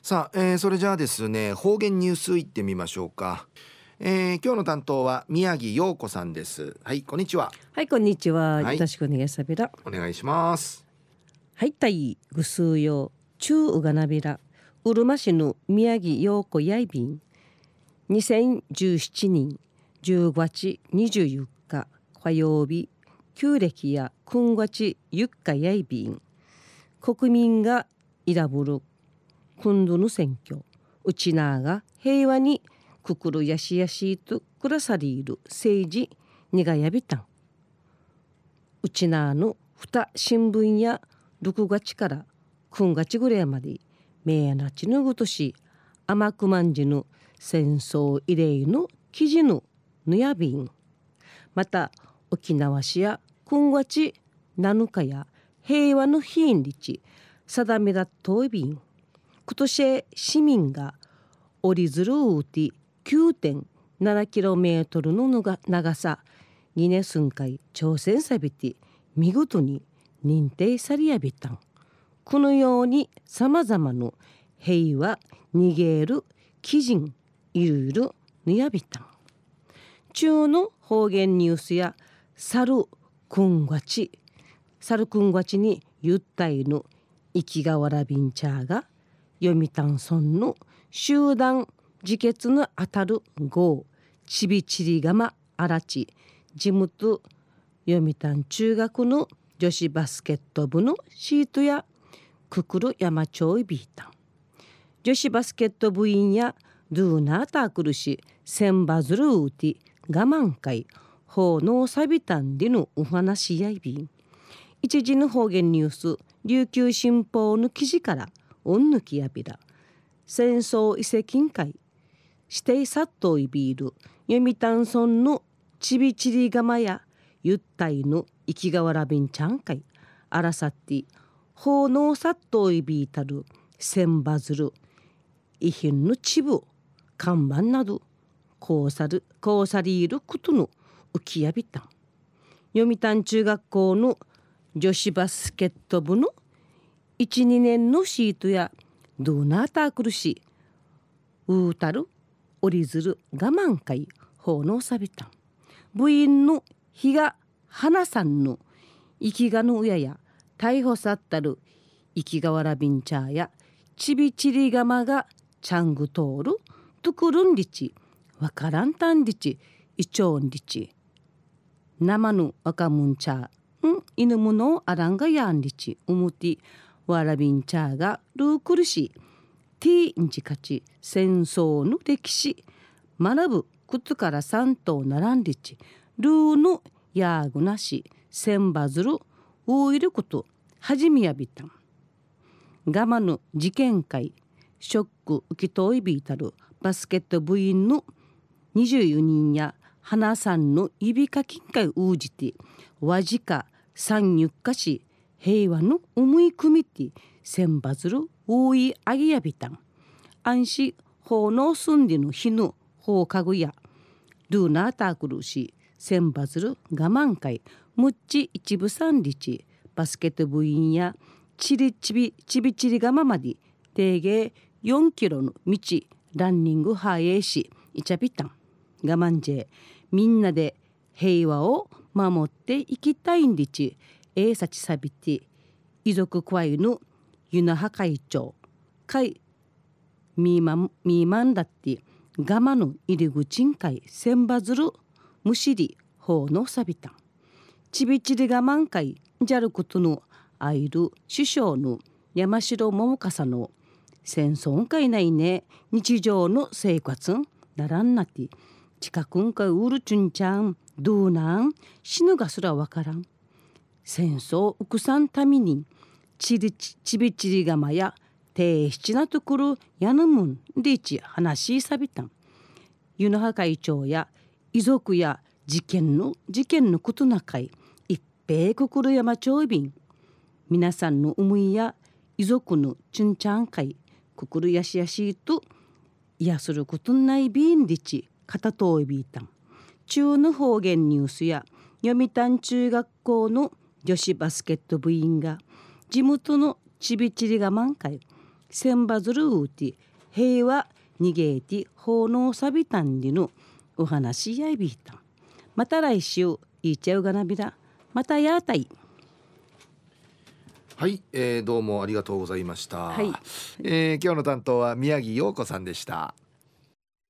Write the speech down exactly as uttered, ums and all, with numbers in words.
さあ、えーそれじゃあですね、方言ニュースいってみましょうか。えー今日の担当は宮城陽子さんです。はい、こんにちは。 はい、こんにちは。 はいよろしくお願いします。 お願いします。 はい、たいぐすうよ中うがなびらうるま市の宮城陽子やいびんにせんじゅうななねんじゅうがつにじゅうよっか火曜日旧暦やくんがちゆっかやいびん国民がいらぶる今度の選挙うちなが平和にくくるやしやしとくらさりいる政治にがやびたんうちなのふた新聞やろくがつからくがつぐらいまでめやなちぬぐとし甘くまんじぬ戦争慰霊の記事のぬやびんまた沖縄市やくがつなのかや平和の日にち定めだといびん今年市民が折り鶴うて きゅうてんななキロメートル の長さにねすんかい挑戦さびて見事に認定されやびたんこのようにさまざまな平和逃げる基人いろいろぬやびたん中の方言ニュースや猿くんがち猿くんがちにゆったいの生きがわらびんちゃーが読谷村の集団自決のあたる号ちびちりがまあらち地元読谷中学の女子バスケット部のシートやくくる山町いビータン女子バスケット部員やドゥーナータークルしセンバズルーティ我慢会法のサビタンでのお話やいびん一時の方言ニュース琉球新報の記事からおんぬきやびら戦争遺跡会指定殺到いびいる読谷村のちびちりがまやゆったいの生きがわらびんちゃんかいあらさって法の殺到いびいたる千羽鶴遺品のちぶ看板などこうさるこうさりいることの浮きやびたん読谷中学校の女子バスケット部のいち、にねんのシートやドーナータークルしうーたる折り鶴我慢会法のさびたん部員の比嘉花さんの生きがの親や逮捕さったる生きがわらびんちゃーやちびちりがまがちゃんぐ通るとくるんりちわからんたんりちいちょうんりち生の若むんちゃーん犬むのあらんがやんりちうむてわらびんちゃーがルークルしティーンジカチ戦争の歴史学ぶ靴から三頭ならんりちルーのやーぐなし千羽鶴ういることはじみやびたんガマの事件会ショック受けといびいたるバスケット部員のにじゅうよにんや花さんの指かきん会うじてわじか三ゆっかし平和の思い組みて千羽鶴ういあげやびたん安心法のすんでの日の放課後やルーナータークルし千羽鶴我慢会むっち一部三日バスケット部員やちりちびちびちりがままで定芸よんキロの道ランニングハエしいちゃびたん我慢じえみんなで平和を守っていきたいんりちえいさちさびて遺族会のユナハ会長会ミーマンミーマンだってガマの入り口んかい千羽鶴むしり法のさびたんちびちりがまんかいじゃることのあいる首相の山城桃笠の戦争んかいないね日常の生活んならんなって近くんかいうるちゅんちゃんどうなん死ぬがすらわからん戦争うくさんためにちりちちびちりがまやて七なところやぬむんでいち話しさびたん湯の葉会長や遺族や事件の事件のことなかい一平心山町便皆さんの思いや遺族のちゅんちゃん会心やしやしといやすることない便でち片といびいたん中の方言ニュースや読谷中学校の女子バスケット部員が地元のちびちりが満開センバズルーティ平和逃げて奉納サビタンリのお話やいびいたん。また来週いっちゃうがなびら。またやーたい。 はい、えー、どうもありがとうございました、 はい、 えー、今日の担当は宮城陽子さんでした。